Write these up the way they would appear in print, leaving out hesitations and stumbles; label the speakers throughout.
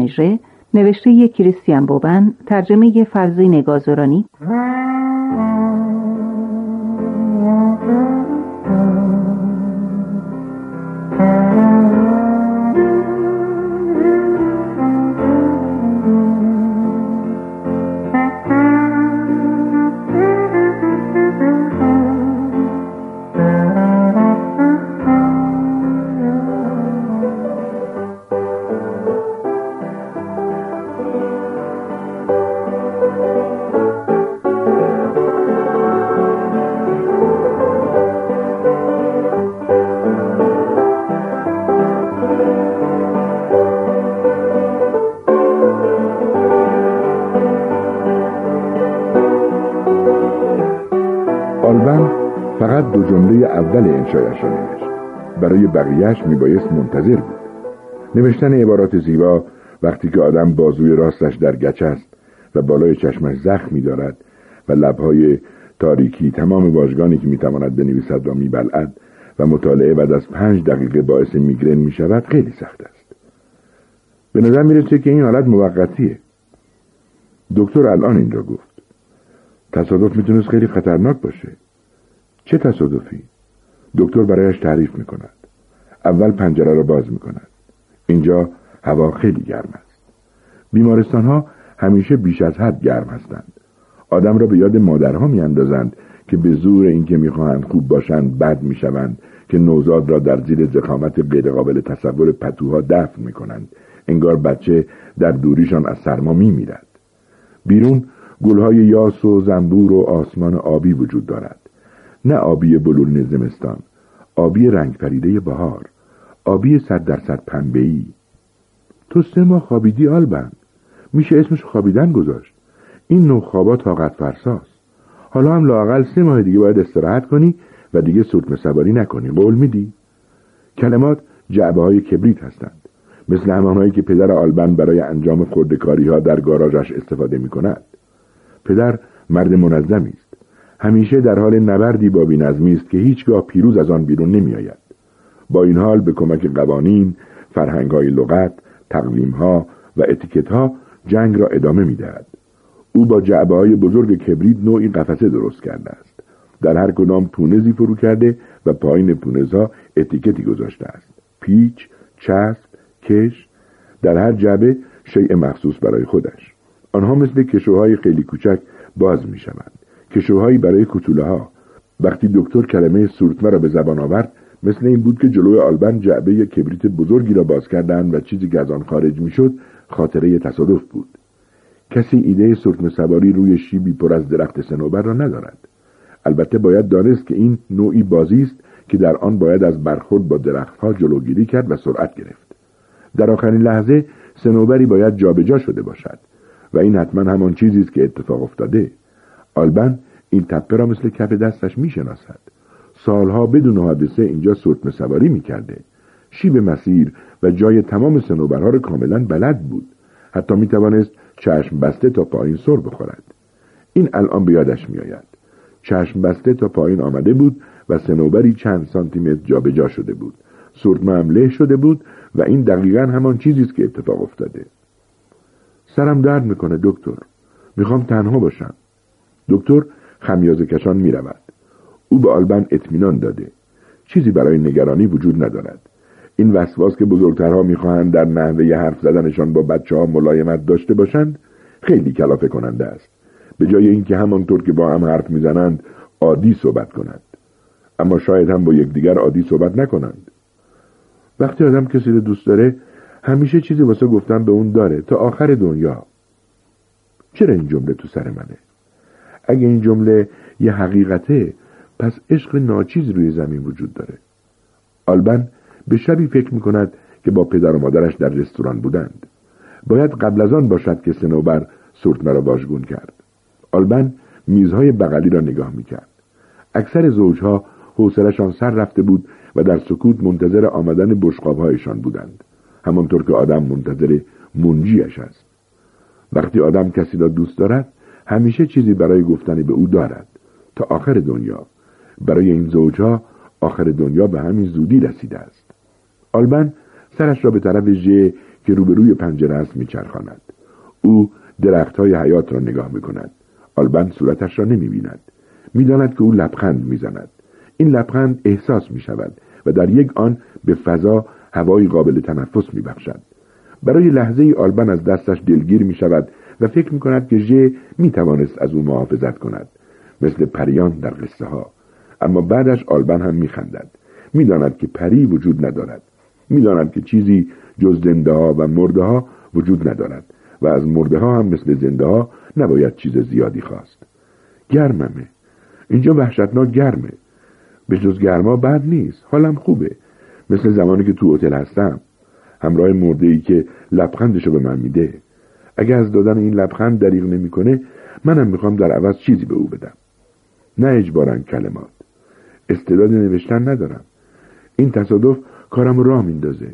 Speaker 1: مژره، نوشته کریستیان بوبن، ترجمه فرزین نگازورانی.
Speaker 2: آلبن فقط 2 جمله اول انشایش را نوشت. برای بقیهش میبایست منتظر بود. نوشتن عبارات زیبا وقتی که آدم بازوی راستش در گچ است و بالای چشمش زخم می‌دارد و لبهای تاریکی تمام واژگانی که میتواند بنویسد را میبلعد و مطالعه بعد از 5 دقیقه باعث میگرن میشود، خیلی سخت است. به نظر میرسه که این حالت موقتیه. دکتر الان اینجا گفت تصادف میتونست خیلی خطرناک باشه. چه تصادفی؟ دکتر برایش تعریف میکند. اول پنجره را باز میکند. اینجا هوا خیلی گرم است. بیمارستان ها همیشه بیش از حد گرم هستند. آدم را به یاد مادرها میاندازند که به زور اینکه میخواهند خوب باشند بد میشوند، که نوزاد را در زیر ضخامت غیرقابل تصور پتوها دفن میکنند، انگار بچه در دوریشان از سرما میمیرد. بیرون گلهای یاس و زنبور و آسمان آبی وجود دارد. نه آبی بلورین زمستان، آبی رنگ پریده بهار، آبی 100% پنبه‌ای. تو 3 ماه خوابیدی آلبن. میشه اسمش خوابیدن گذاشت. این نوع خوابا طاقت فرساست. حالا هم لااقل 3 ماه دیگه باید استراحت کنی و دیگه سورتمه سواری نکنی. قول میدی؟ کلمات جعبه‌های کبریت هستند، مثل همانهایی که پدر آلبن برای انجام خرده‌کاری‌ها در گاراژش استفاده می‌کند. پدر مرد منظمی است. همیشه در حال نبردی با بی‌نظمی است که هیچگاه پیروز از آن بیرون نمی‌آید. با این حال به کمک قوانین، فرهنگ‌های لغت، تقویم‌ها و اتیکت‌ها جنگ را ادامه می‌دهد. او با جعبه‌های بزرگ کبریت نوعی قفسه درست کرده است. در هر کدام پونزی فرو کرده و پایین پونزها اتیکتی گذاشته است. پیچ، چسب، کش، در هر جعبه شیء مخصوص برای خودش. آنها مثل کشوهای خیلی کوچک باز می‌شوند. کشوهایی برای کوتوله‌ها. وقتی دکتر کلمه سورتمه را به زبان آورد، مثل این بود که جلوی آلبن جعبه کبریت بزرگی را باز کردند و چیزی که از آن خارج می‌شد خاطره تصادف بود. کسی ایده سورتمه سواری روی شیبی پر از درخت صنوبر را ندارد. البته باید دانست که این نوعی بازی است که در آن باید از برخورد با درخت‌ها جلوگیری کرد و سرعت گرفت. در آخرین لحظه صنوبری باید جابجا شده باشد و این حتما همان چیزی است که اتفاق افتاده. آلبن این تپه را مثل کف دستش میشناسد. سالها بدون حادثه اینجا سورتمه سواری میکرده. شیب مسیر و جای تمام صنوبرها را کاملا بلد بود. حتی میتوانست چشم بسته تا پایین سر بخورد. این الان به یادش میآید. چشم بسته تا پایین آمده بود و صنوبری چند سانتیمتر جابجا شده بود. سورتمه هم له شده بود و این دقیقاً همان چیزی است که اتفاق افتاده. سرم درد میکنه دکتر. میخوام تنها باشم. دکتر خمیازه کشان میرود. او به آلبن اطمینان داده. چیزی برای نگرانی وجود ندارد. این وسواس که بزرگترها میخواهند در نحوه حرف زدنشان با بچه‌ها ملایمت داشته باشند خیلی کلافه کننده است. به جای اینکه همانطور که با هم حرف میزنند عادی صحبت کنند. اما شاید هم با یکدیگر عادی صحبت نکنند. وقتی آدم کسی رو دوست داره همیشه چیزی واسه گفتن به اون داره تا آخر دنیا. چرا این جمله تو سر منه؟ اگه این جمله یه حقیقته، پس عشق ناچیز روی زمین وجود داره. آلبن به شبی فکر میکند که با پدر و مادرش در رستوران بودند. باید قبل از آن باشد که صنوبر سورتمه را واژگون کرد. آلبن میزهای بغلی را نگاه میکرد. اکثر زوجها حوصله‌شان سر رفته بود و در سکوت منتظر آمدن بشقاب‌هایشان بودند. همانطور که آدم منتظر منجیش است. وقتی آدم کسی را دوست دارد همیشه چیزی برای گفتن به او دارد تا آخر دنیا. برای این زوجها آخر دنیا به همین زودی رسیده است. آلبن سرش را به طرف ژ که روبروی پنجره است میچرخاند. او درخت‌های حیات را نگاه میکند. آلبن صورتش را نمیبیند. میداند که او لبخند میزند. این لبخند احساس میشود و در یک آن به فضا هوایی قابل تنفس میبخشد. برای لحظه ای آلبن از دستش دلگیر میشود و فکر میکند که ژ میتوانست از او محافظت کند، مثل پریان در قصه ها. اما بعدش آلبن هم میخندد. میداند که پری وجود ندارد. میداند که چیزی جز زنده ها و مرده ها وجود ندارد و از مرده ها هم مثل زنده ها نباید چیز زیادی خواست. گرممه. اینجا وحشتناک گرمه. به جز گرما بد نیست. حالم خوبه. مثل زمانی که تو هتل هستم، همراه مرده‌ای که لبخندشو به من میده. اگه از دادن این لبخند دریغ نمیکنه، منم میخوام در عوض چیزی به او بدم. نه اجباراً کلمات. استعداد نوشتن ندارم. این تصادف کارم راه میندازه.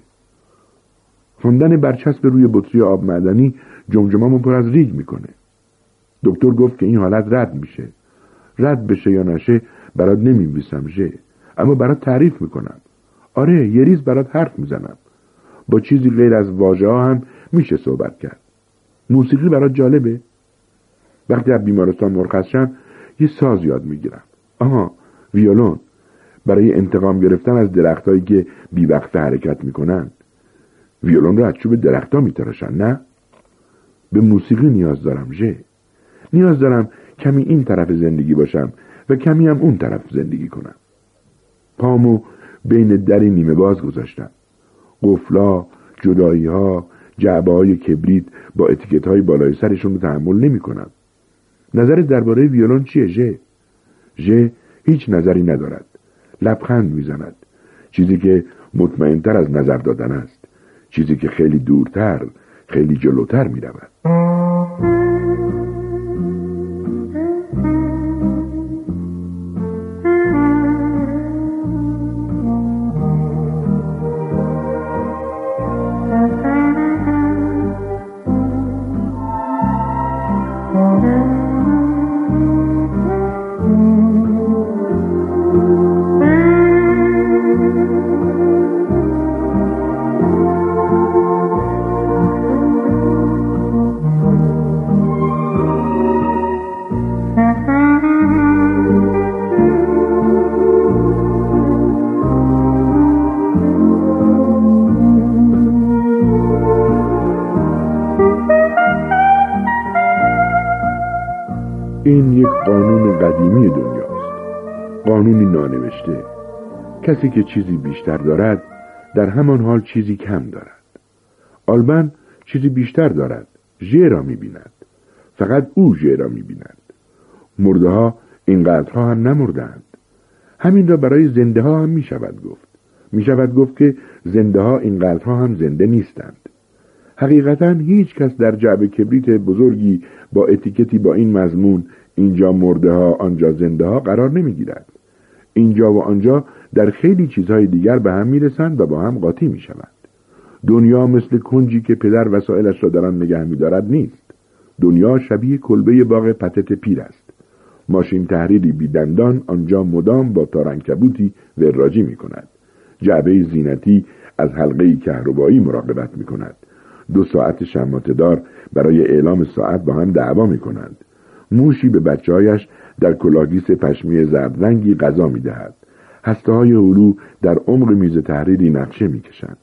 Speaker 2: خوندن برچسب روی بطری آب معدنی جمجمه‌مو پر از ریگ میکنه. دکتر گفت که این حالت رد میشه. رد بشه یا نشه برات نمی‌نویسم ژ، اما برات تعریف میکنم. آره، یه ریز برات حرف میزنم. با چیزی غیر از واژه ها هم میشه صحبت کرد. موسیقی برات جالبه؟ وقتی از بیمارستان مرخص شم یه ساز یاد میگیرم. ویولون. برای انتقام گرفتن از درختایی که بی وقت حرکت میکنن. ویولون رو از چوب درختا میتراشن، نه؟ به موسیقی نیاز دارم ژ. نیاز دارم کمی این طرف زندگی باشم و کمی هم اون طرف زندگی کنم. پامو بین دری نیمه باز گذاشتم. قفلا، جدایی‌ها، جعبه‌های کبریت با اتیکت‌های بالای سرشون رو تحمل نمی‌کنم. نظرت درباره ویولون چیه ژ؟ ژ هیچ نظری ندارد. لبخند میزند. چیزی که مطمئن‌تر از نظر دادن است. چیزی که خیلی دورتر، خیلی جلوتر می‌رود. این یک قانون قدیمی دنیاست. قانونی نانوشته. کسی که چیزی بیشتر دارد در همان حال چیزی کم دارد. آلبن چیزی بیشتر دارد. ژ را می‌بیند. فقط او ژ را می‌بیند. مرده ها اینقدرها هم نمردند. همین را برای زنده ها هم می‌شود گفت. می‌شود گفت که زنده ها اینقدرها هم زنده نیستند. حقیقتاً هیچ کس در جعبه کبریت بزرگی با اتیکتی با این مضمون اینجا مرده ها آنجا زنده ها قرار نمیگیرد. اینجا و آنجا در خیلی چیزهای دیگر به هم میرسند و با هم قاطی میشوند. دنیا مثل کنجی که پدر وسایلش را در آن نگه می‌دارد نیست. دنیا شبیه کلبه باغ پتت پیر است. ماشین تحریری بیدندان آنجا مدام با تارعنکبوتی وراجی می‌کند. جعبه زینتی از حلقه کهربایی مراقبت می‌کند. 2 ساعت شماته‌دار برای اعلام ساعت با هم دعوا می‌کنند. موشی به بچه‌هایش در کلاهگیس پشمی زرد رنگی غذا می‌دهد. هسته‌های هلو در عمق میز تحریری نقشه می‌کشند.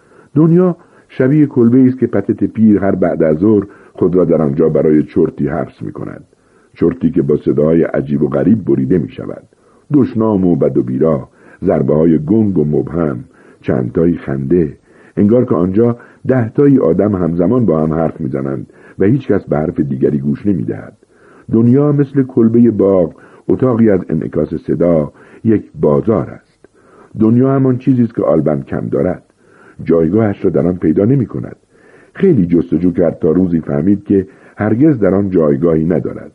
Speaker 2: دنیا شبیه کلبه‌ای است که پتت پیر هر بعد از ظهر خود را در آنجا برای چرتی حبس می‌کند. چرتی که با صداهای عجیب و غریب بریده می‌شود. دشنام و بد و بیرا، ضربه‌های گنگ و مبهم، چندتایی خنده. انگار که آنجا 10 تایی آدم همزمان با هم حرف می‌زنند و هیچ کس به حرف دیگری گوش نمی‌دهد. دنیا مثل کلبه باغ، اتاقی از انعکاس صدا، یک بازار است. دنیا همان چیزی است که آلبن کم دارد. جایگاهش را در آن پیدا نمی‌کند. خیلی جستجو کرد تا روزی فهمید که هرگز در آن جایگاهی ندارد.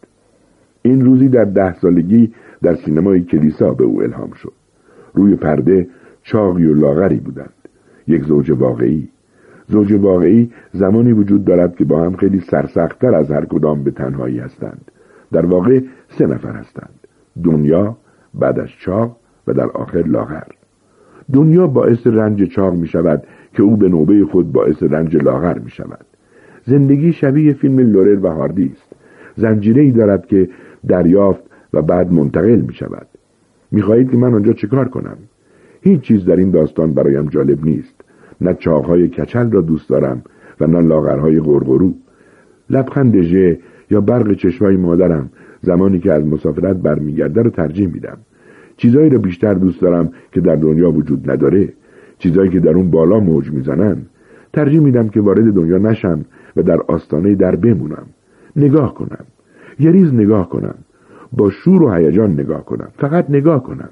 Speaker 2: این روزی در 10 سالگی در سینمای کلیسا به او الهام شد. روی پرده چاقی و لاغری بودند. یک زوج واقعی. زوج واقعی زمانی وجود دارد که با هم خیلی سرسخت‌تر از هر کدام به تنهایی هستند. در واقع 3 نفر هستند. دنیا، بعدش چاق و در آخر لاغر. دنیا باعث رنج چاق می شود که او به نوبه خود باعث رنج لاغر می شود. زندگی شبیه فیلم لورر و هاردی است. زنجیره‌ای دارد که دریافت و بعد منتقل می شود. می خواهید که من آنجا چیکار کنم؟ هیچ چیز در این داستان برایم جالب نیست. نه چاقهای کچل را دوست دارم و نه لاغرهای غرغرو. لبخند ژه یا برق چشمای مادرم زمانی که از مسافرت برمیگرده رو ترجیح میدم. چیزایی رو بیشتر دوست دارم که در دنیا وجود نداره. چیزایی که در اون بالا موج میزنن. ترجیح میدم که وارد دنیا نشم و در آستانه در بمونم. نگاه کنم. یه ریز نگاه کنم. با شور و هیجان نگاه کنم. فقط نگاه کنم.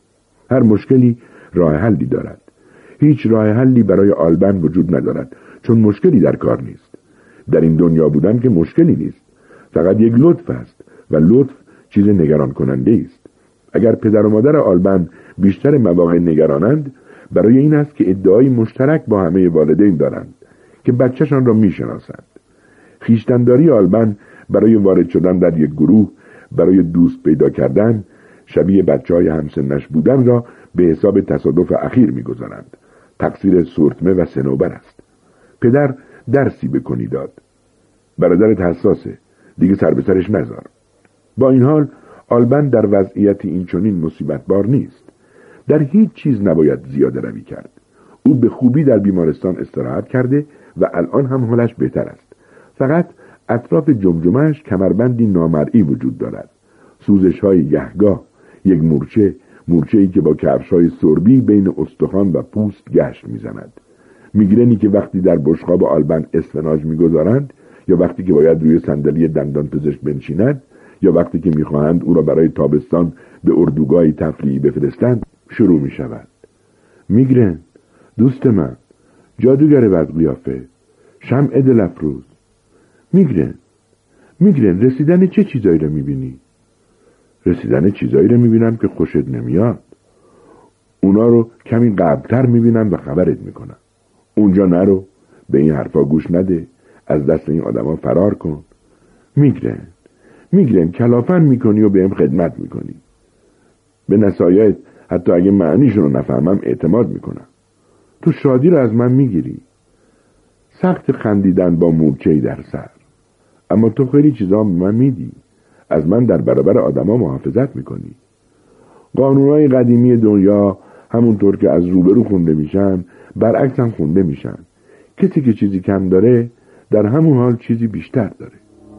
Speaker 2: هر مشکلی راه حلی دارد. هیچ راه حلی برای آلبن وجود ندارد، چون مشکلی در کار نیست. در این دنیا بودن که مشکلی نیست. فقط یک لطف است و لطف چیز نگران کننده است. اگر پدر و مادر آلبن بیشتر مواقع نگرانند، برای این است که ادعای مشترک با همه والدین دارند که بچه‌شان را میشناسند. خویشتن‌داری آلبن برای وارد شدن در یک گروه، برای دوست پیدا کردن، شبیه بچه‌های همسنش بودن را به حساب تصادف اخیر می‌گذارند. تقصیر سورتمه و صنوبر است. پدر درسی بکنی داد. برادرت حساسه، دیگه سر به سرش نذار. با این حال آلبن در وضعیت این چنین مصیبت بار نیست. در هیچ چیز نباید زیاده روی کرد. او به خوبی در بیمارستان استراحت کرده و الان هم حالش بهتر است. فقط اطراف جمجمه‌اش کمربندی نامرئی وجود دارد. سوزش‌های گهگاه، یک مورچه‌ای که با کفش‌های سربی بین استخوان و پوست گشت می‌زند. میگرنی که وقتی در بشقاب آلبن اسفناج می‌گذارند، یا وقتی که باید روی صندلی دندان پزشک بنشیند، یا وقتی که می‌خواهند او را برای تابستان به اردوگاهی تفریحی بفرستند، شروع می‌شود. میگرن، دوست من، جادوگر بدقیافه، شمع دل افروز. میگرن، رسیدن چه چیزایی رو می‌بینی؟ رسیدن چیزایی رو می‌بینم که خوشت نمیاد. اونا رو کمی قبل‌تر می‌بینم و خبرت می‌کنم. اونجا نرو، به این حرفا گوش نده، از دست این آدما فرار کن. میگرن کلافن میکنی و بهم خدمت میکنی. به نصایحت حتی اگه معنیشون رو نفهمم اعتماد میکنم. تو شادی رو از من میگیری. سخت خندیدن با مورچه‌ای در سر. اما تو خیلی چیزا به من میدی. از من در برابر آدما محافظت میکنی. قانونهای قدیمی دنیا همونطور که از روبرو خونده میشن، برعکس هم خونده میشن. کسی که چیزی کم داره، در همون حال چیزی بیشتر داره.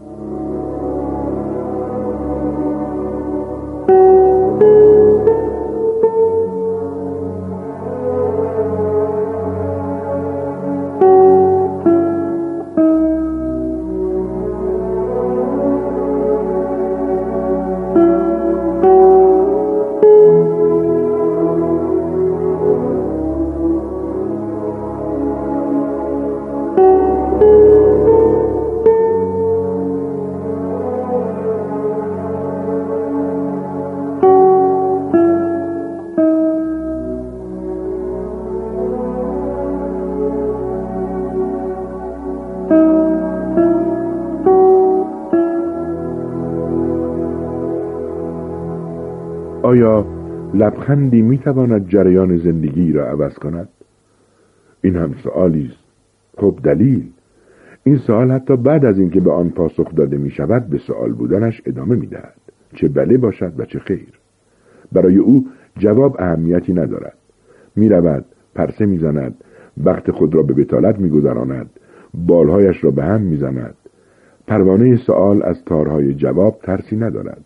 Speaker 2: آیا لبخندی میتواند جریان زندگی را عوض کند؟ این هم سؤالی است. خب دلیل؟ این سوال حتی بعد از اینکه به آن پاسخ داده می شود به سوال بودنش ادامه می دهد. چه بله باشد و چه خیر. برای او جواب اهمیتی ندارد. می رود، پرسه می زند، وقت خود را به بطالت می گذراند، بالهایش را به هم می زند. پروانه سوال از تارهای جواب ترسی ندارد.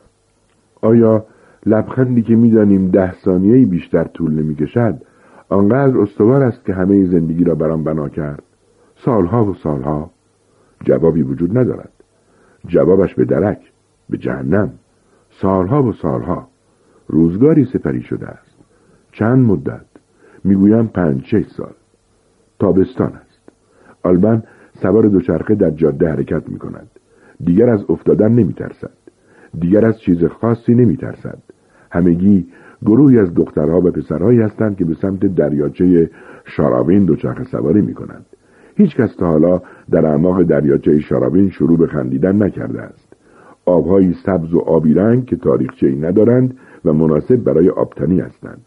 Speaker 2: آیا لبخندی که می‌دانیم 10 ثانیه‌ای بیشتر طول نمی‌کشد آنقدر استوار است که همه زندگی را برام بنا کرد؟ سالها و سالها. جوابی وجود ندارد. جوابش به درک، به جهنم. سالها و سالها. روزگاری سپری شده است. چند مدت؟ میگویم 5-6 سال. تابستان است. آلبن سوار دوچرخه در جاده حرکت می‌کند. دیگر از افتادن نمی‌ترسد. دیگر از چیز خاصی نمی‌ترسد. همگی گروهی از دخترها و پسرهایی هستند که به سمت دریاچه شارابین دوچرخه سواری می‌کنند. هیچ کس تا حالا در اعماق دریاچه شارابین شروع به خندیدن نکرده است. آب‌های سبز و آبی رنگ که تاریخچه‌ای ندارند و مناسب برای آبتنی هستند.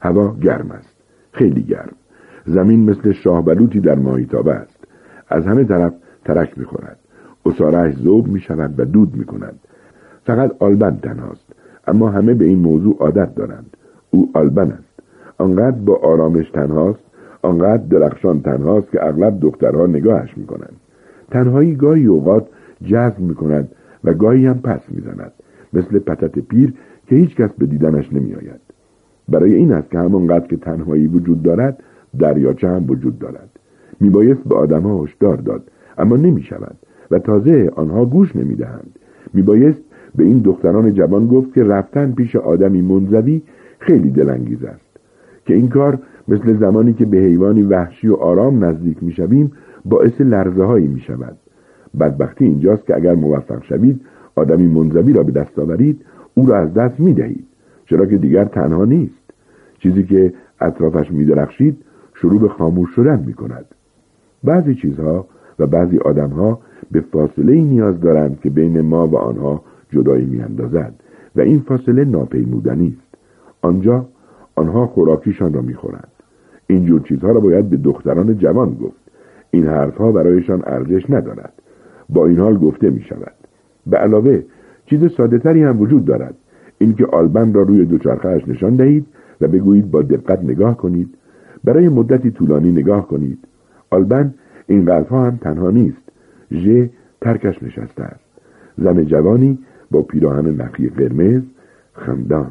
Speaker 2: هوا گرم است، خیلی گرم. زمین مثل شاه بلوطی در ماهیتابه است. از همه طرف ترک می‌خورد. عصاره‌اش ذوب می‌شود و دود می‌کند. فقط آلبن تنهاست، اما همه به این موضوع عادت دارند. او آلبن است. آنقدر با آرامش تنهاست، آنقدر درخشان تنهاست که اغلب دخترها نگاهش می‌کنند. تنهایی گاهی اوقات جذب می‌کند و گاهی هم پس می‌زند، مثل پتت پیر که هیچ کس به دیدنش نمی‌آید. برای این است که همانقدر که تنهایی وجود دارد، دریاچه هم وجود دارد. میبایست به آدم‌ها هشدار داد، اما نمی‌شود و تازه آنها گوش نمی‌دهند. میبایست به این دختران جوان گفت که رفتن پیش آدمی منزوی خیلی دلانگیز است، که این کار مثل زمانی که به حیوانی وحشی و آرام نزدیک می‌شویم باعث لرزه‌هایی می‌شود. بدبختی اینجاست که اگر موفق شوید آدمی منزوی را به دست آورید، او را از دست می‌دهید، چرا که دیگر تنها نیست. چیزی که اطرافش می‌درخشید شروع به خاموش شدن می‌کند. بعضی چیزها و بعضی آدم‌ها به فاصله‌ای نیاز دارند که بین ما و آنها جدایی می‌اندازد و این فاصله ناپیمودنی است. آنجا آنها خوراکیشان را می‌خورند. این جور چیزها را باید به دختران جوان گفت. این حرفها برایشان ارزش ندارد. با این حال گفته می‌شود. به علاوه چیز ساده‌تری هم وجود دارد. اینکه آلبن را روی دوچرخه‌اش نشان دهید و بگویید با دقت نگاه کنید. برای مدتی طولانی نگاه کنید. آلبن این قدرها هم تنها نیست. ژ ترکش نشسته است. زن جوانی با پیراهن نخی قرمز، خندان.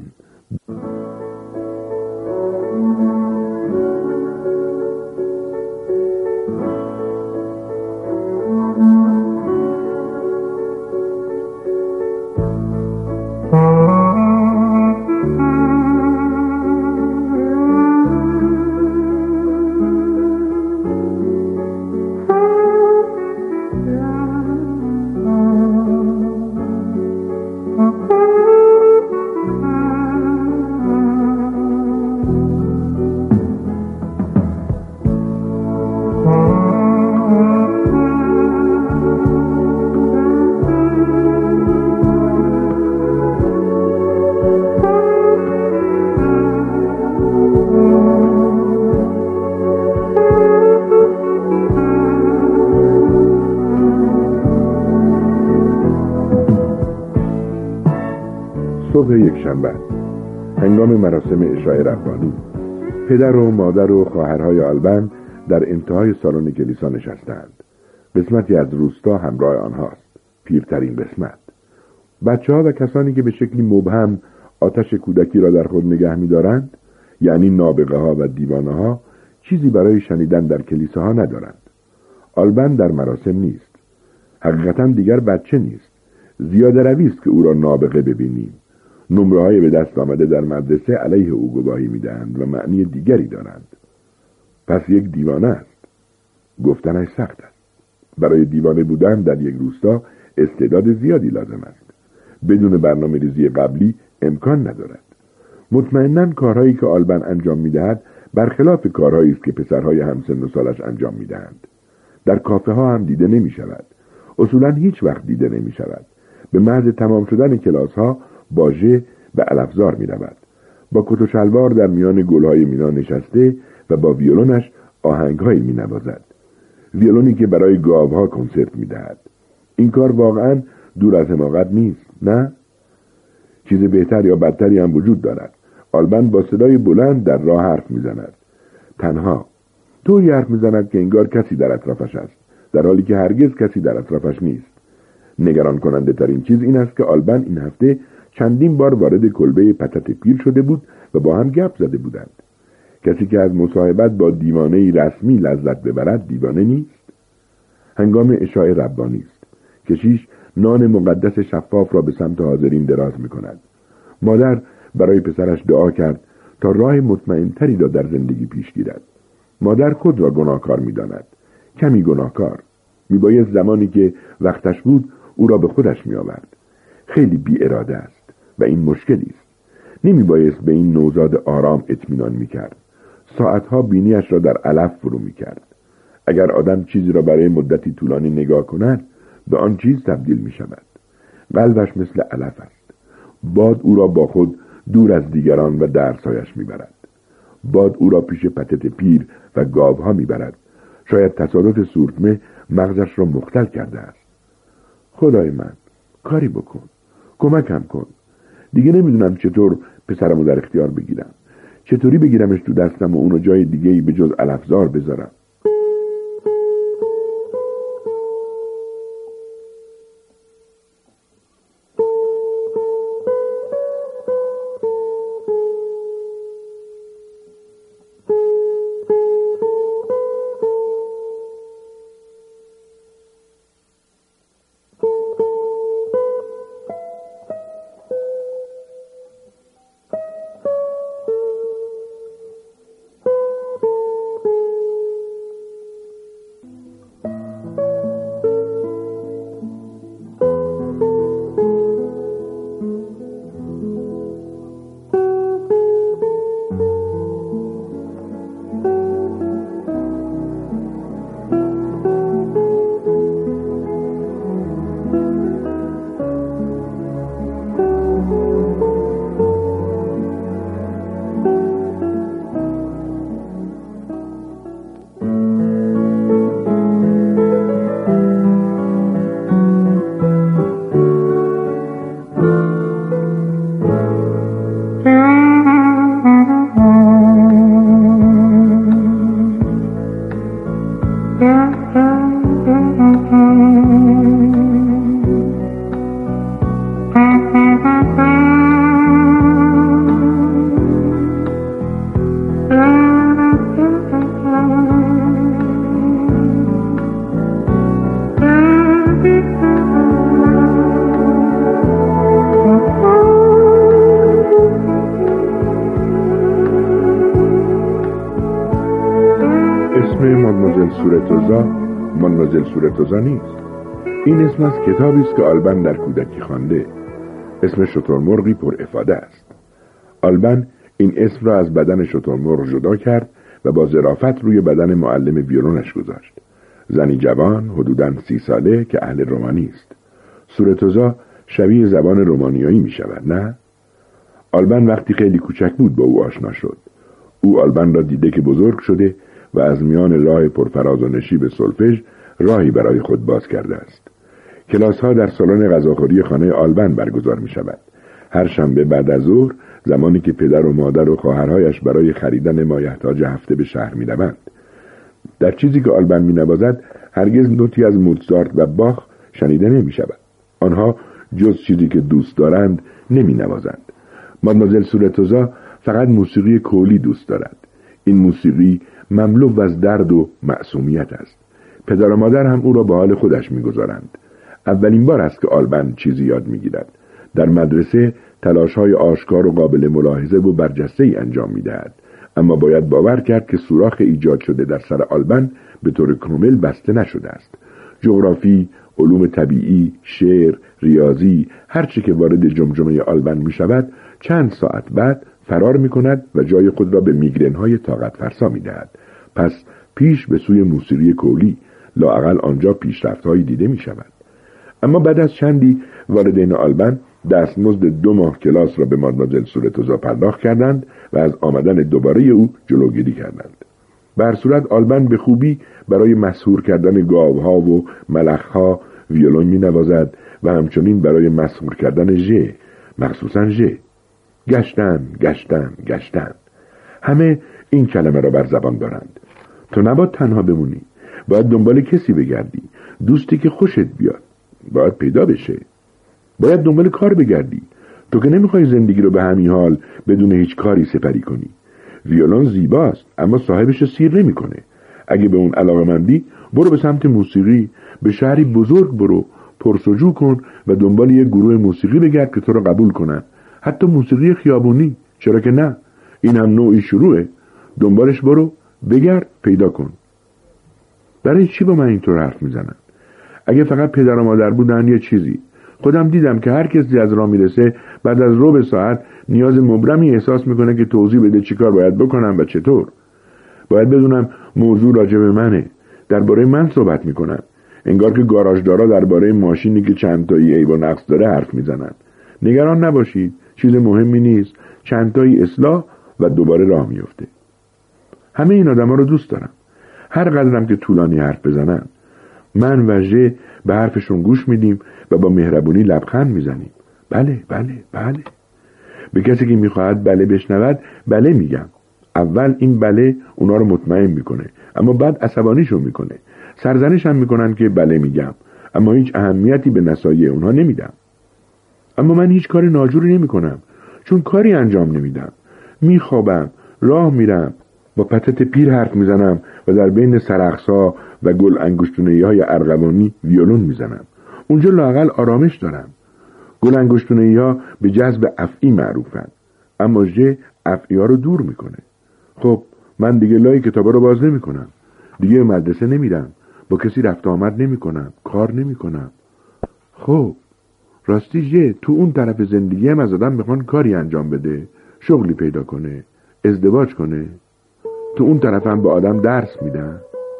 Speaker 2: صبح یکشنبه، هنگام مراسم عشای ربانی، پدر و مادر و خواهرهای آلبن در انتهای سالن کلیسا نشستند. قسمتی از روستا همراه آنهاست، پیرترین قسمت. بچه‌ها و کسانی که به شکلی مبهم آتش کودکی را در خود نگه می‌دارند، یعنی نابغه‌ها و دیوانه‌ها، چیزی برای شنیدن در کلیساها ندارند. آلبن در مراسم نیست. حقیقتاً دیگر بچه نیست. زیاده روی است که او را نابغه ببینیم. نمره‌های به دست آمده در مدرسه علیه او گواهی می‌دهند و معنی دیگری دارند. پس یک دیوانه است. گفتنش سخت است. برای دیوانه بودن در یک روستا استعداد زیادی لازم است. بدون برنامه‌ریزی قبلی امکان ندارد. مطمئناً کارهایی که آلبن انجام می‌دهد برخلاف کارهایی است که پسرهای همسن و سالش انجام می‌دهند. در کافه ها هم دیده نمی‌شود. اصولاً هیچ وقت دیده نمی‌شود. به محض تمام شدن کلاس‌ها باژه به علفزار می‌رود. با کت و شلوار در میان گل‌های مینا نشسته و با ویولونش آهنگ‌هایی می‌نوازد. ویولونی که برای گاوها کنسرت می‌دهد. این کار واقعاً دور از حماقت نیست، نه؟ چیز بهتر یا بدتری هم وجود دارد. آلبن با صدای بلند در راه حرف می‌زند. تنها طوری حرف می‌زند که انگار کسی در اطرافش است، در حالی که هرگز کسی در اطرافش نیست. نگران کننده ترین چیز این است که آلبن این هفته چندین بار وارد کلبه پتت پیر شده بود و با هم گپ زده بودند. کسی که از مصاحبت با دیوانه‌ای رسمی لذت ببرد دیوانه نیست. هنگام عشای ربانی است. کشیش نان مقدس شفاف را به سمت حاضرین دراز می‌کند. مادر برای پسرش دعا کرد تا راه مطمئن‌تری را در زندگی پیش گیرد. مادر خود را گناهکار می‌داند. کمی گناهکار. میبایست زمانی که وقتش بود او را به خودش می‌آورد. خیلی بی اراده است و این مشکلی است. نمیبایست به این نوزاد آرام اطمینان می‌کرد. ساعتها بینیش را در علف فرو می‌کرد. اگر آدم چیزی را برای مدتی طولانی نگاه کند، به آن چیز تبدیل می‌شود. قلبش مثل علف است. باد او را با خود دور از دیگران و درسایش می‌برد. باد او را پیش پتت پیر و گاوها میبرد. شاید تصادف سورتمه مغزش را مختل کرده است. خدای من، کاری بکن، کمکم کن. دیگه نمیدونم چطور پسرمو در اختیار بگیرم. چطوری بگیرمش تو دستم و اونو جای دیگه‌ای به جز علفزار بذارم. مادموزل سورتوزا نیست. این اسم از کتابی است که آلبن در کودکی خوانده. اسم شترمرغی پر افاده است. آلبن این اسم را از بدن شترمرغ جدا کرد و با ظرافت روی بدن معلم ویولونش گذاشت. زنی جوان حدوداً 30 ساله که اهل رومانی است. سورتوزا شبیه زبان رومانیایی می شود، نه؟ آلبن وقتی خیلی کوچک بود با او آشنا شد. او آلبن را دیده که بزرگ شده و از میان راه پرفراز و نشیب سولفژ راهی برای خود باز کرده است. کلاس‌ها در سالن غذاخوری خانه آلبن برگزار می شود. هر شنبه بعد از ظهر، زمانی که پدر و مادر و خواهرهایش برای خریدن مایحتاج هفته به شهر می روند. در چیزی که آلبن می نوازد هرگز نوتی از موزارت و باخ شنیده نمی شود. آنها جز چیزی که دوست دارند نمی نوازند. مادموزل سورتوزا فقط موسیقی کولی دوست دارد. این موسیقی مملو از درد و معصومیت است. پدر و مادر هم او را به حال خودش می‌گذارند. اولین بار است که آلبن چیزی یاد می‌گیرد. در مدرسه تلاش‌های آشکار و قابل ملاحظه و برجسته‌ای انجام می‌دهد، اما باید باور کرد که سوراخ ایجاد شده در سر آلبن به طور کامل بسته نشده است. جغرافی، علوم طبیعی، شعر، ریاضی، هر چه که وارد جمجمه آلبن می‌شود، چند ساعت بعد فرار می‌کند و جای خود را به میگرن‌های طاقت فرسا می‌دهد. پس پیش به سوی موسیقی کولی، لااقل آنجا پیشرفت‌هایی دیده می‌شود. اما بعد از چندی والدین آلبن دستمزد 2 ماه کلاس را به مادموزل سورتوزا پرداخت کردند و از آمدن دوباره او جلوگیری کردند. به هر صورت آلبن به خوبی برای مسحور کردن گاوها و ملخها ویولون می‌نوازد و همچنین برای مسحور کردن ژ، مخصوصاً ژ. گشتن. همه این کلمه را بر زبان دارند. تو نباید تنها بمونی. باید دنبال کسی بگردی. دوستی که خوشت بیاد. باید پیدا بشه. باید دنبال کار بگردی. تو که نمیخوای زندگی رو به همین حال بدون هیچ کاری سپری کنی. ویولون زیباست اما صاحبش رو سیر نمیکنه. اگه به اون علاقه‌مندی برو به سمت موسیقی، به شهری بزرگ برو، پرسجو کن و دنبال یه گروه موسیقی بگرد که تو رو قبول کنن. حتی موسیقی خیابونی، چرا که نه؟ این هم نوعی شروعه. دنبالش برو، بگرد، پیدا کن. برای چی با من اینطور حرف میزنن؟ اگه فقط پدر و مادر بودن یه چیزی. خودم دیدم که هر کسی از راه میرسه بعد از ربع ساعت نیاز مبرمی احساس میکنه که توضیح بده چیکار باید بکنم و چطور. باید بدونم موضوع راجع به منه، درباره من صحبت میکنن. انگار که گاراژدارا درباره ماشینی که چند تایی عیب و نقص داره حرف میزنن. نگران نباشید، چیز مهمی نیست، چند تایی اصلاح و دوباره راه میفته. همه این آدما رو دوست دارم، هر قدرم که طولانی حرف بزنن. من و ژ به حرفشون گوش میدیم و با مهربونی لبخند میزنیم. بله بله بله. به کسی که میخواهد بله بشنود بله میگم. اول این بله اونا رو مطمئن میکنه، اما بعد عصبانیشون میکنه. سرزنش هم میکنن که بله میگم، اما هیچ اهمیتی به نصایح اونها نمیدم. اما من هیچ کار ناجوری نمیکنم، چون کاری انجام نمیدم. میخوابم، راه میرم، با پتت پیر حرف میزنم و در بین سرخسا و گل انگشتونه‌ای ارغوانی ویولون میزنم. اونجا لااقل آرامش دارم. گل انگشتونه‌ای به جذب افعی معروفن، اما ژ افعی ها رو دور میکنه. خب من دیگه لای کتابا رو باز نمیکنم، دیگه به مدرسه نمیرم، با کسی رفت آمد نمیکنم، کار نمیکنم. خب راستی ژ تو اون طرف زندگی هم از آدم میخوان کاری انجام بده، شغلی پیدا کنه، ازدواج کنه. تو اون طرف هم به آدم درس میدن.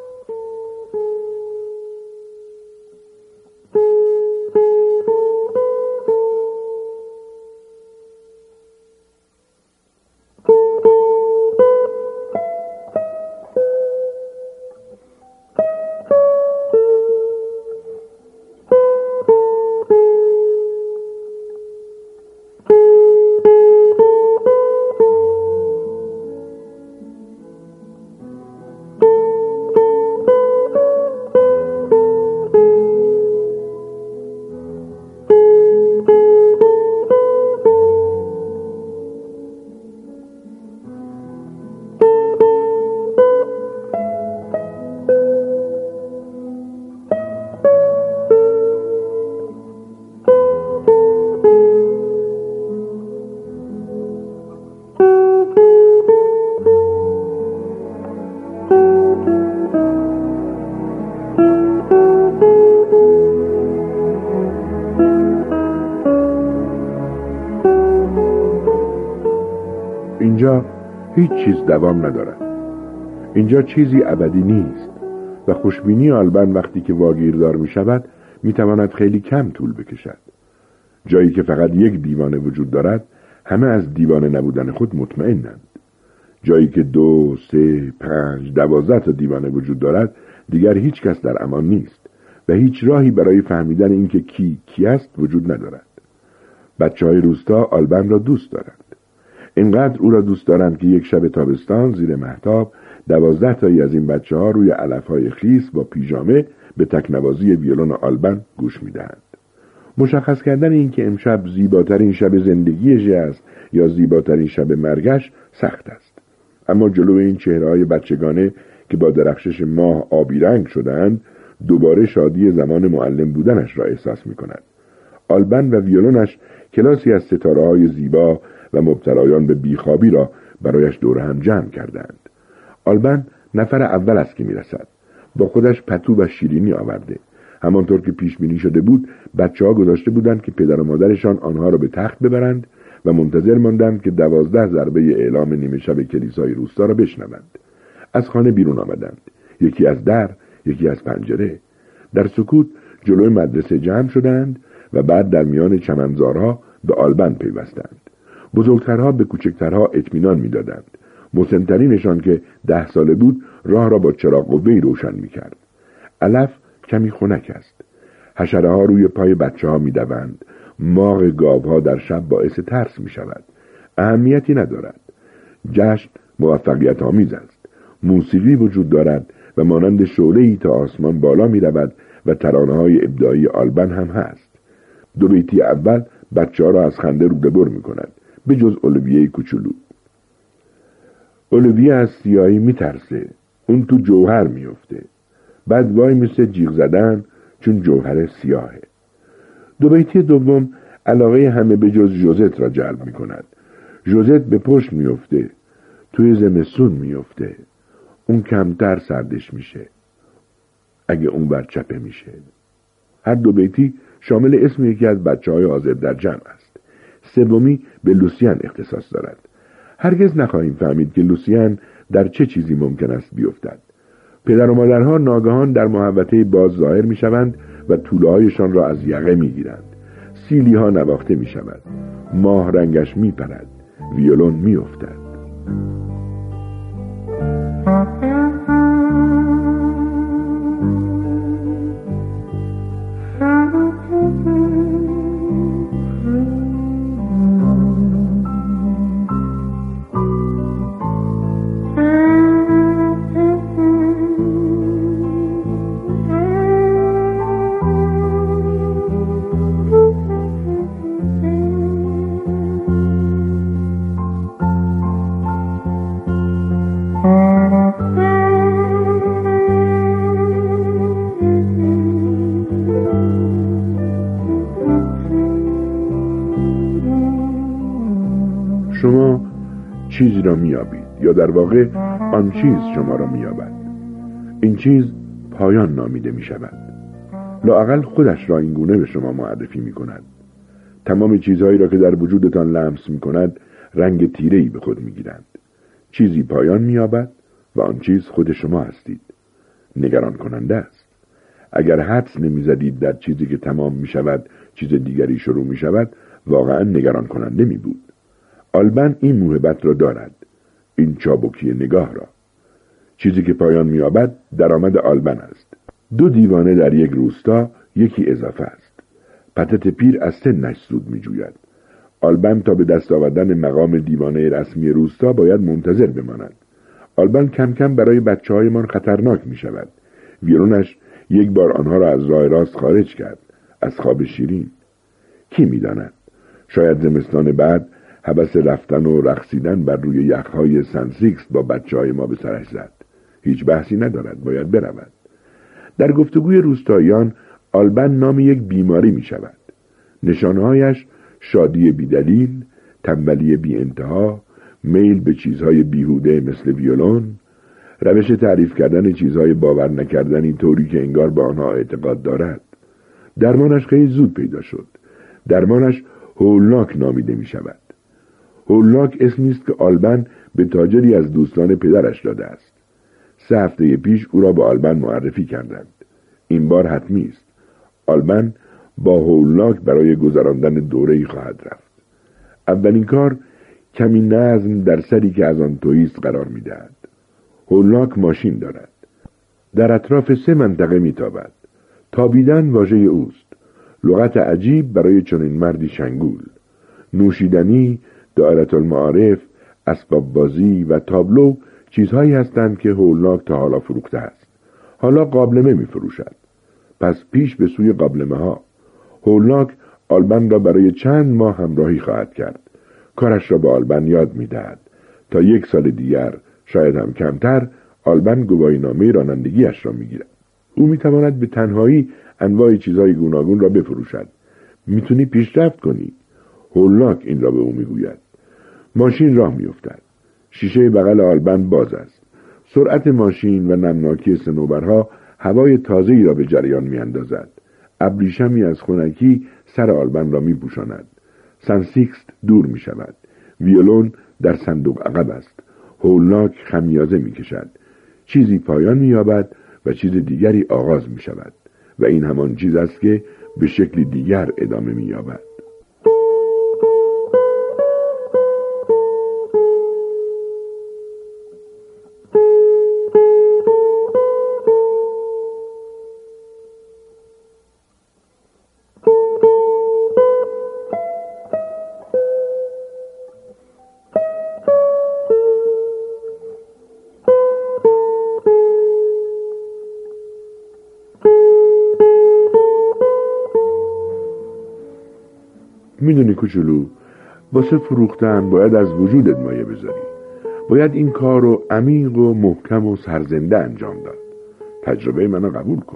Speaker 2: اینجا هیچ چیز دوام ندارد. اینجا چیزی ابدی نیست و خوشبینی آلبن وقتی که واگیردار می شود می تواند خیلی کم طول بکشد. جایی که فقط یک دیوانه وجود دارد همه از دیوانه نبودن خود مطمئنند. جایی که 2، 3، 5، 12 تا دیوانه وجود دارد دیگر هیچ کس در امان نیست و هیچ راهی برای فهمیدن اینکه کی است وجود ندارد. بچه‌های روستا آلبن را دوست دارند. اینقدر او را دوست دارند که یک شب تابستان زیر مهتاب 12 تایی از این بچه‌ها روی علف‌های خیس با پیژامه به تکنوازی ویولون آلبن گوش می‌دهند. مشخص کردن این که امشب زیباترین شب زندگی ژ است یا زیباترین شب مرگش سخت است. اما جلو این چهره‌های بچگانه که با درخشش ماه آبی رنگ شدند دوباره شادی زمان معلم بودنش را احساس می‌کند. آلبن و ویولونش کلاسی از ستاره‌های زیبا و مبتلایان به بیخوابی را برایش دور هم جمع کردند. آلبن نفر اول است که میرسد. با خودش پتو و شیرینی آورده. همانطور که پیش بینی شده بود بچه‌ها گذاشته بودند که پدر و مادرشان آنها را به تخت ببرند و منتظر ماندند که 12 ضربه اعلام نیمه شب کلیسای روستا را بشنوند. از خانه بیرون آمدند. یکی از در، یکی از پنجره. در سکوت جلوی مدرسه جمع شدند و بعد در میان چمنزارها به آلبن پیوستند. بزرگترها به کوچکترها اطمینان می‌دادند. مسن‌ترینشان که 10 ساله بود راه را با چراغ قوه‌ای روشن می‌کرد. علف کمی خنک است. حشره‌ها روی پای بچه‌ها می‌دوند. ماغ گاوها در شب باعث ترس می‌شود. اهمیتی ندارد. جشن موفقیت آمیز است. موسیقی وجود دارد و مانند شعله‌ای تا آسمان بالا می‌رود و ترانه‌های ابداعی آلبن هم هست. دو بیتی اول بچه‌ها را از خنده روده‌بر می‌کند، به جز اولویه کوچولو. اولویه از سیاهی میترسه، اون تو جوهر میفته. بعد وای میسه جیغ زدن چون جوهر سیاهه. دو بیتی دوم علاقه همه به جز ژوزت را جلب میکند. ژوزت به پشت میفته، توی زمستون میفته. اون کمتر سردش میشه اگه اون بر چپه میشه. هر دو بیتی شامل اسم یکی از بچه‌های حاضر در جمع است. سومی به لوسیان اختصاص دارد. هرگز نخواهیم فهمید که لوسیان در چه چیزی ممکن است بیفتد. پدر و مادرها ناگهان در محوطه باز ظاهر میشوند و طوله‌هایشان را از یقه میگیرند. سیلی‌ها نواخته میشود. ماه رنگش میپرد. ویولون میافتد. شما چیزی را میابید یا در واقع آن چیز شما را میابد. این چیز پایان نامیده میشود. لااقل خودش را این گونه به شما معرفی میکند. تمام چیزهایی را که در وجودتان لمس میکند رنگ تیره‌ای به خود میگیرند. چیزی پایان مییابد و آن چیز خود شما هستید. نگران کننده است. اگر حدس نمیزدید در چیزی که تمام میشود چیز دیگری شروع میشود، واقعا نگران کننده میبود. آلبن این موهبت را دارد، این چابکی نگاه را. چیزی که پایان مییابد درآمد آلبن است. 2 دیوانه در یک روستا، یکی اضافه است. پتت پیر از سنش سود میجوید. آلبن تا به دست آوردن مقام دیوانه رسمی روستا باید منتظر بماند. آلبن کم کم برای بچه‌هایمان خطرناک میشود. ویولونش یک بار آنها را از راه راست خارج کرد، از خواب شیرین. کی میداند؟ شاید زمستان بعد هوس رفتن و رقصیدن بر روی یخهای سن سیکس با بچه‌های ما به سرش زد. هیچ بحثی ندارد، باید برود. در گفتگوی روستاییان آلبن نام یک بیماری می شود. نشانهایش شادی بیدلیل، تنبلی بی انتها، میل به چیزهای بیهوده مثل ویولون، روش تعریف کردن چیزهای باور نکردنی طوری که انگار به آنها اعتقاد دارد. درمانش خیلی زود پیدا شد. درمانش هولناک نامیده می شود. هولناک اسمی است که آلبن به تاجری از دوستان پدرش داده است. 3 هفته پیش او را به آلبن معرفی کردند. این بار حتمی است. آلبن با هولناک برای گذراندن دوره‌ای خواهد رفت. اولین کار کمی نظم در سری که از آن تویست قرار می‌دهد. هولناک ماشین دارد. در اطراف 3 منطقه می‌تابد. تابیدن واژه اوست. لغت عجیب برای چنین مردی شنگول. نوشیدنی، دائره المعارف، اسباب بازی و تابلو چیزهایی هستند که هولناک تا حالا فروخته است. حالا قابلمه می‌فروشد. پس پیش به سوی قابلمه ها. هولناک آلبن را برای چند ماه همراهی خواهد کرد. کارش را به آلبن یاد می‌دهد. تا 1 سال دیگر، شاید هم کمتر، آلبن گواهینامه رانندگیش را می‌گیرد. او می‌تواند به تنهایی انواع چیزهای گوناگون را بفروشد. می‌تونی پیشرفت کنی. هولناک این را به او می‌گوید. ماشین راه می‌افتد. شیشه بغل آلبن باز است. سرعت ماشین و نمناکی صنوبرها هوای تازه‌ای را به جریان می‌اندازد. ابریشمی از خنکی سر آلبن را می‌پوشاند. سن سیکس دور می‌شود. ویولون در صندوق عقب است. هولناک خمیازه می‌کشد. چیزی پایان می‌یابد و چیز دیگری آغاز می‌شود. و این همان چیز است که به شکل دیگر ادامه می‌یابد. میدونی کوچولو، واسه فروختن باید از وجودت مایه بذاری. باید این کار رو عمیق و محکم و سرزنده انجام داد. تجربه منو قبول کن.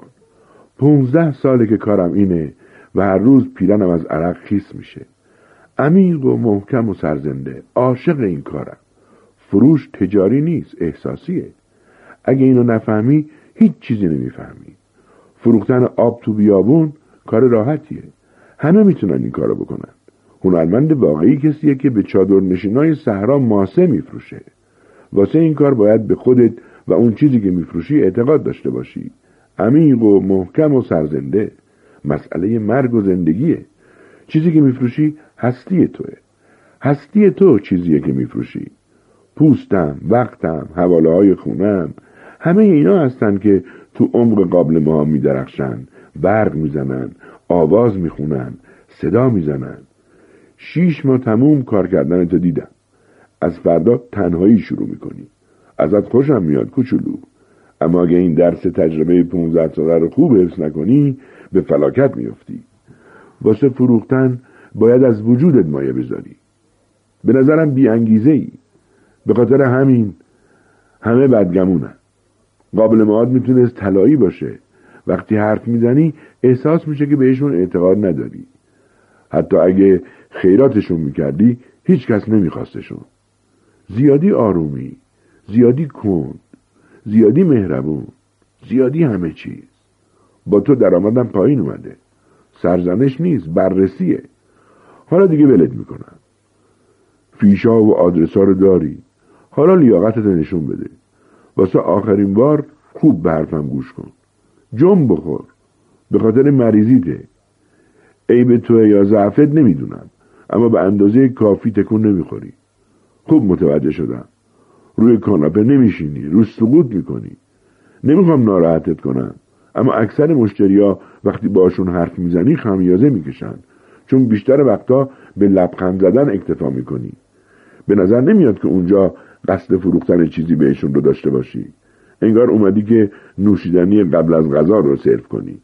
Speaker 2: 15 ساله که کارم اینه و هر روز پیرنم از عرق خیس میشه. عمیق و محکم و سرزنده. عاشق این کارم. فروش تجاری نیست، احساسیه. اگه اینو نفهمی هیچ چیزی نمیفهمی. فروختن آب تو بیابون کار راحتیه. همه میتونن این کارو بکنن. هنرمند واقعی کسیه که به چادرنشینای صحرا ماسه میفروشه. واسه این کار باید به خودت و اون چیزی که میفروشی اعتقاد داشته باشی. عمیق و محکم و سرزنده. مسئله مرگ و زندگیه. چیزی که میفروشی هستی توه. هستی تو چیزیه که میفروشی. پوستم، وقتم، حواله های خونم، همه اینا هستن که تو عمق قابلمه ها میدرخشن، برق میزنن، آواز میخونن، صدا میزنن. 6 ماه تموم کار کردن تو دیدم. از فردا تنهایی شروع میکنی. ازت خوشم میاد کوچولو. اما اگه این درس تجربه 15 ساله رو خوب حفظ نکنی به فلاکت میفتی. واسه فروختن باید از وجودت مایه بذاری. به نظرم بی انگیزه ای. به خاطر همین همه بدگمونن. قابلمه‌ات میتونست طلایی باشه. وقتی حرف میزنی احساس میشه که بهشون اعتقاد نداری. حتی اگه خیراتشون میکردی هیچ کس نمیخواستشون. زیادی آرومی، زیادی کند، زیادی مهربون، زیادی همه چیز. با تو درآمدم پایین اومده. سرزنش نیست، بررسیه. حالا دیگه ولت میکنم. فیشا و آدرسا رو داری. حالا لیاقتت نشون بده. واسه آخرین بار خوب به حرفم گوش کن. جنب بخور. به خاطر مریضیته. عیب توه یا ضعفت نمیدونم، اما به اندازه کافی تکون نمیخوری. خوب متوجه شدم. روی کاناپه نمیشینی، روی سقوط میکنی. نمیخوام ناراحتت کنم، اما اکثر مشتریا وقتی باشون حرف میزنی خمیازه میکشن، چون بیشتر وقتا به لبخند زدن اکتفا میکنی. به نظر نمیاد که اونجا قصد فروختن چیزی بهشون رو داشته باشی. انگار اومدی که نوشیدنی قبل از غذا رو سرو کنی.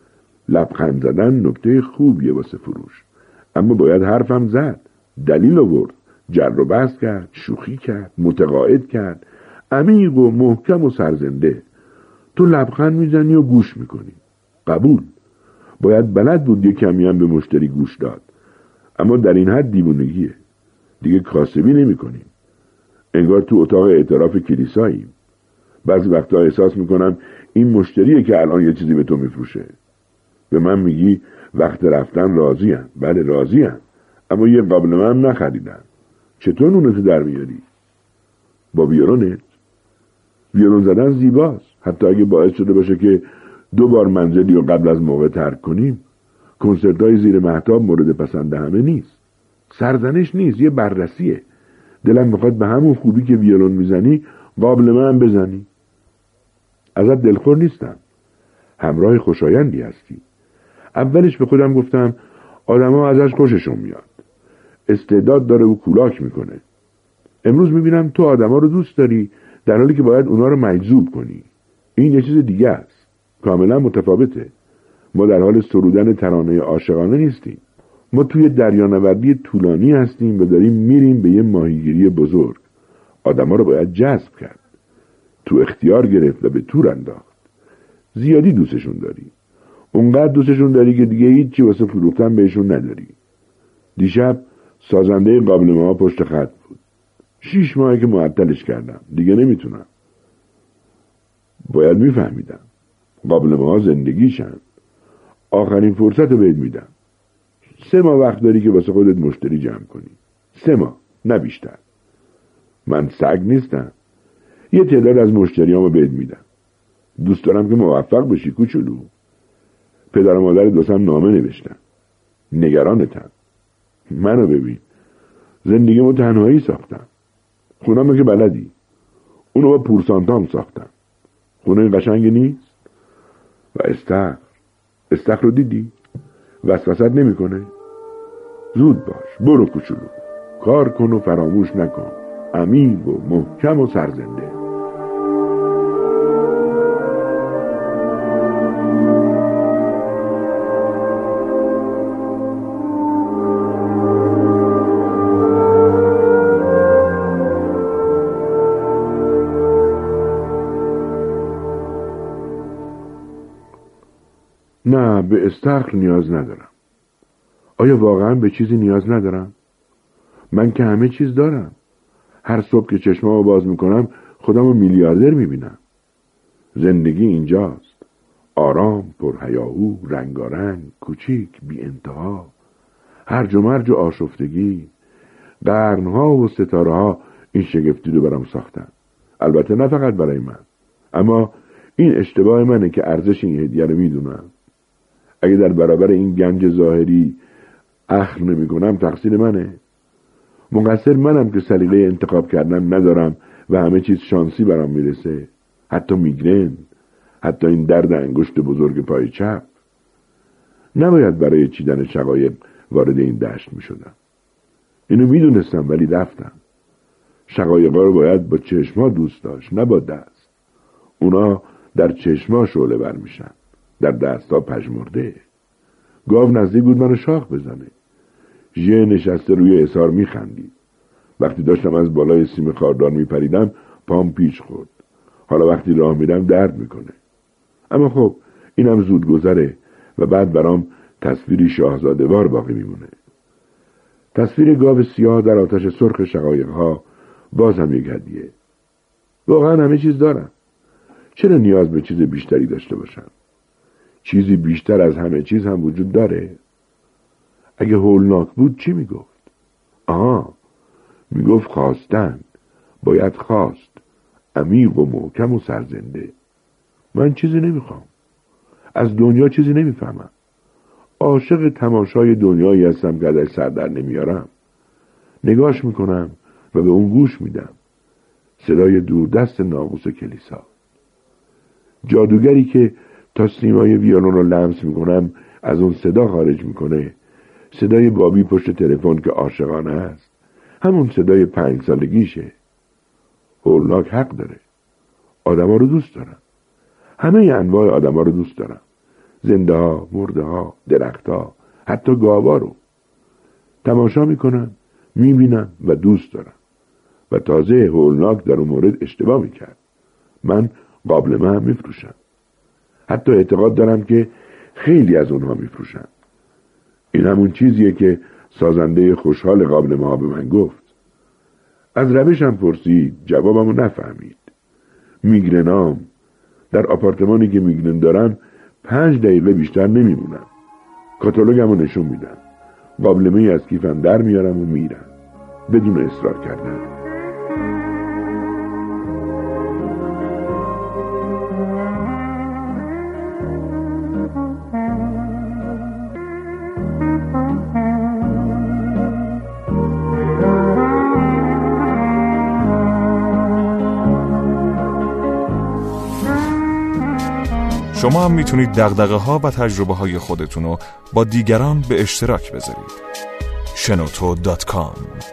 Speaker 2: لبخند زدن نکته خوبیه واسه فروش، اما باید حرفم زد، دلیل آورد، جر و بحث کرد، شوخی کرد، متقاعد کرد، عمیق و محکم و سرزنده. تو لبخند میزنی و گوش میکنی. قبول. باید بلد بود یه کمی هم به مشتری گوش داد، اما در این حد دیوونگیه. دیگه کاسبی نمی کنیم. انگار تو اتاق اعتراف کلیساییم. بعضی وقتا احساس میکنم این مشتریه که الان یه چیزی به تو میفروشه. به من میگی وقت رفتن راضیم. بله راضیم، اما یه قابلمه هم نخریدن. چطور نونتو در میاری؟ با ویولونت؟ ویولون زدن زیباست، حتی اگه باعث شده باشه که 2 بار منزلی رو قبل از موقع ترک کنیم. کنسرت‌های زیر مهتاب مورد پسند همه نیست. سرزنش نیست، یه بررسیه. دلم میخواد به همون خوبی که ویولون میزنی قابلمه هم بزنی. ازت دلخور نیستم. همراه خوشایندی هستی. اولش به خودم گفتم آدم‌ها ازش خوششون میاد. استعداد داره و کولاک میکنه. امروز میبینم تو آدم‌ها رو دوست داری، در حالی که باید اونا رو مجذوب کنی. این یه چیز دیگه است. کاملا متفاوته. ما در حال سرودن ترانه عاشقانه نیستیم. ما توی دریانوردی طولانی هستیم و داریم میریم به یه ماهیگیری بزرگ. آدم‌ها رو باید جذب کرد. تو اختیار گرفت و به تور انداخت. زیادی دوستشون داری. اونقدر دوستشون داری که دیگه هیچی واسه فروختن بهشون نداری. دیشب سازنده قابلمه ها پشت خط بود. 6 ماهه که معطلش کردم. دیگه نمیتونم. باید میفهمیدم. قابلمه ها زندگیشن. آخرین فرصت رو بهت میدم. 3 ماه وقت داری که واسه خودت مشتری جمع کنی. 3 ماه، نه بیشتر. من سگ نیستم. یه تعداد از مشتریامو بهت میدم. دوست دارم که موفق بشی کوچولو. پدر و مادر دوستم نامه نوشتن. نگرانتم. منو ببین. زندگیمو تنهایی ساختم. خونمو که بلدی. اونو با پورسانتام ساختم. خونه قشنگی نیست؟ و استخر رو دیدی؟ وسوسه‌ت نمیکنه؟ زود باش. برو کوچولو. کار کن و فراموش نکن. عمیق و محکم و سرزنده. نه، به استخر نیاز ندارم. آیا واقعا به چیزی نیاز ندارم؟ من که همه چیز دارم. هر صبح که چشمامو باز میکنم خودمو میلیاردر میبینم. زندگی اینجاست. آرام، پرهیاهو، رنگارنگ، کوچیک، بی انتها. هرج و مرج و آشفتگی. قرنها و ستاره‌ها این شگفتی رو برام ساختن. البته نه فقط برای من. اما این اشتباه منه که ارزش این هدیه رو میدونم. اگه در برابر این گنج ظاهری اخم نمی کنم تقصیر منه. مقصر منم که سلیقه انتخاب کردن ندارم و همه چیز شانسی برام میرسه. حتی میگرن، حتی این درد انگشت بزرگ پای چپ. نباید برای چیدن شقایق وارد این دشت میشدم. اینو میدونستم ولی رفتم. شقایقا رو باید با چشما دوست داشت، نه با دست. اونا در چشما شعله بر میشن، در دستا پژمرده. گاو نزدیک بود منو شاخ بزنه. ژه نشسته روی اثار میخندید. وقتی داشتم از بالای سیم خاردار میپریدم پام پیچ خورد. حالا وقتی راه میرم درد میکنه. اما خب اینم زود گذره و بعد برام تصویری شاهزاده وار باقی میمونه. تصویر گاو سیاه در آتش سرخ شقایق‌ها باز هم یک هدیه. واقعا همه چیز دارم. چرا نیاز به چیز بیشتری داشته باشم؟ چیزی بیشتر از همه چیز هم وجود داره. اگه هولناک بود چی میگفت؟ میگفت خواستن، باید خواست، عمیق و محکم و سرزنده. من چیزی نمیخوام، از دنیا چیزی نمیفهمم. عاشق تماشای دنیایی هستم که ازش سر در نمیارم. نگاش میکنم و به اون گوش میدم. صدای دوردست ناقوس کلیسا، جادوگری که تا سیمای ویولون رو لمس میکنم از اون صدا خارج میکنه. صدای بابی پشت تلفن که عاشقانه است، همون صدای 5 سالگیشه. هولناک حق داره. آدما رو دوست دارم. همه انواع آدما رو دوست دارم. زنده ها، مرده ها، درخت ها، حتی گاوا رو. تماشا میکنم، میبینم و دوست دارم. و تازه هولناک در اون مورد اشتباه میکرد. من قابلمه هم میفروشم. حتی اعتقاد دارم که خیلی از اونها میفروشم. این همون چیزیه که سازنده خوشحال قابلمه ها به من گفت. از روشم پرسید، جوابمو نفهمید. میگرنام، در آپارتمانی که میگرن دارم 5 دقیقه بیشتر نمیمونم. کاتالوگمو نشون میدم. قابلمه از کیفم در میارم و میرم بدون اصرار کردن.
Speaker 3: شما هم میتونید دغدغه‌ها و تجربه‌های خودتون رو با دیگران به اشتراک بذارید. shenoto.com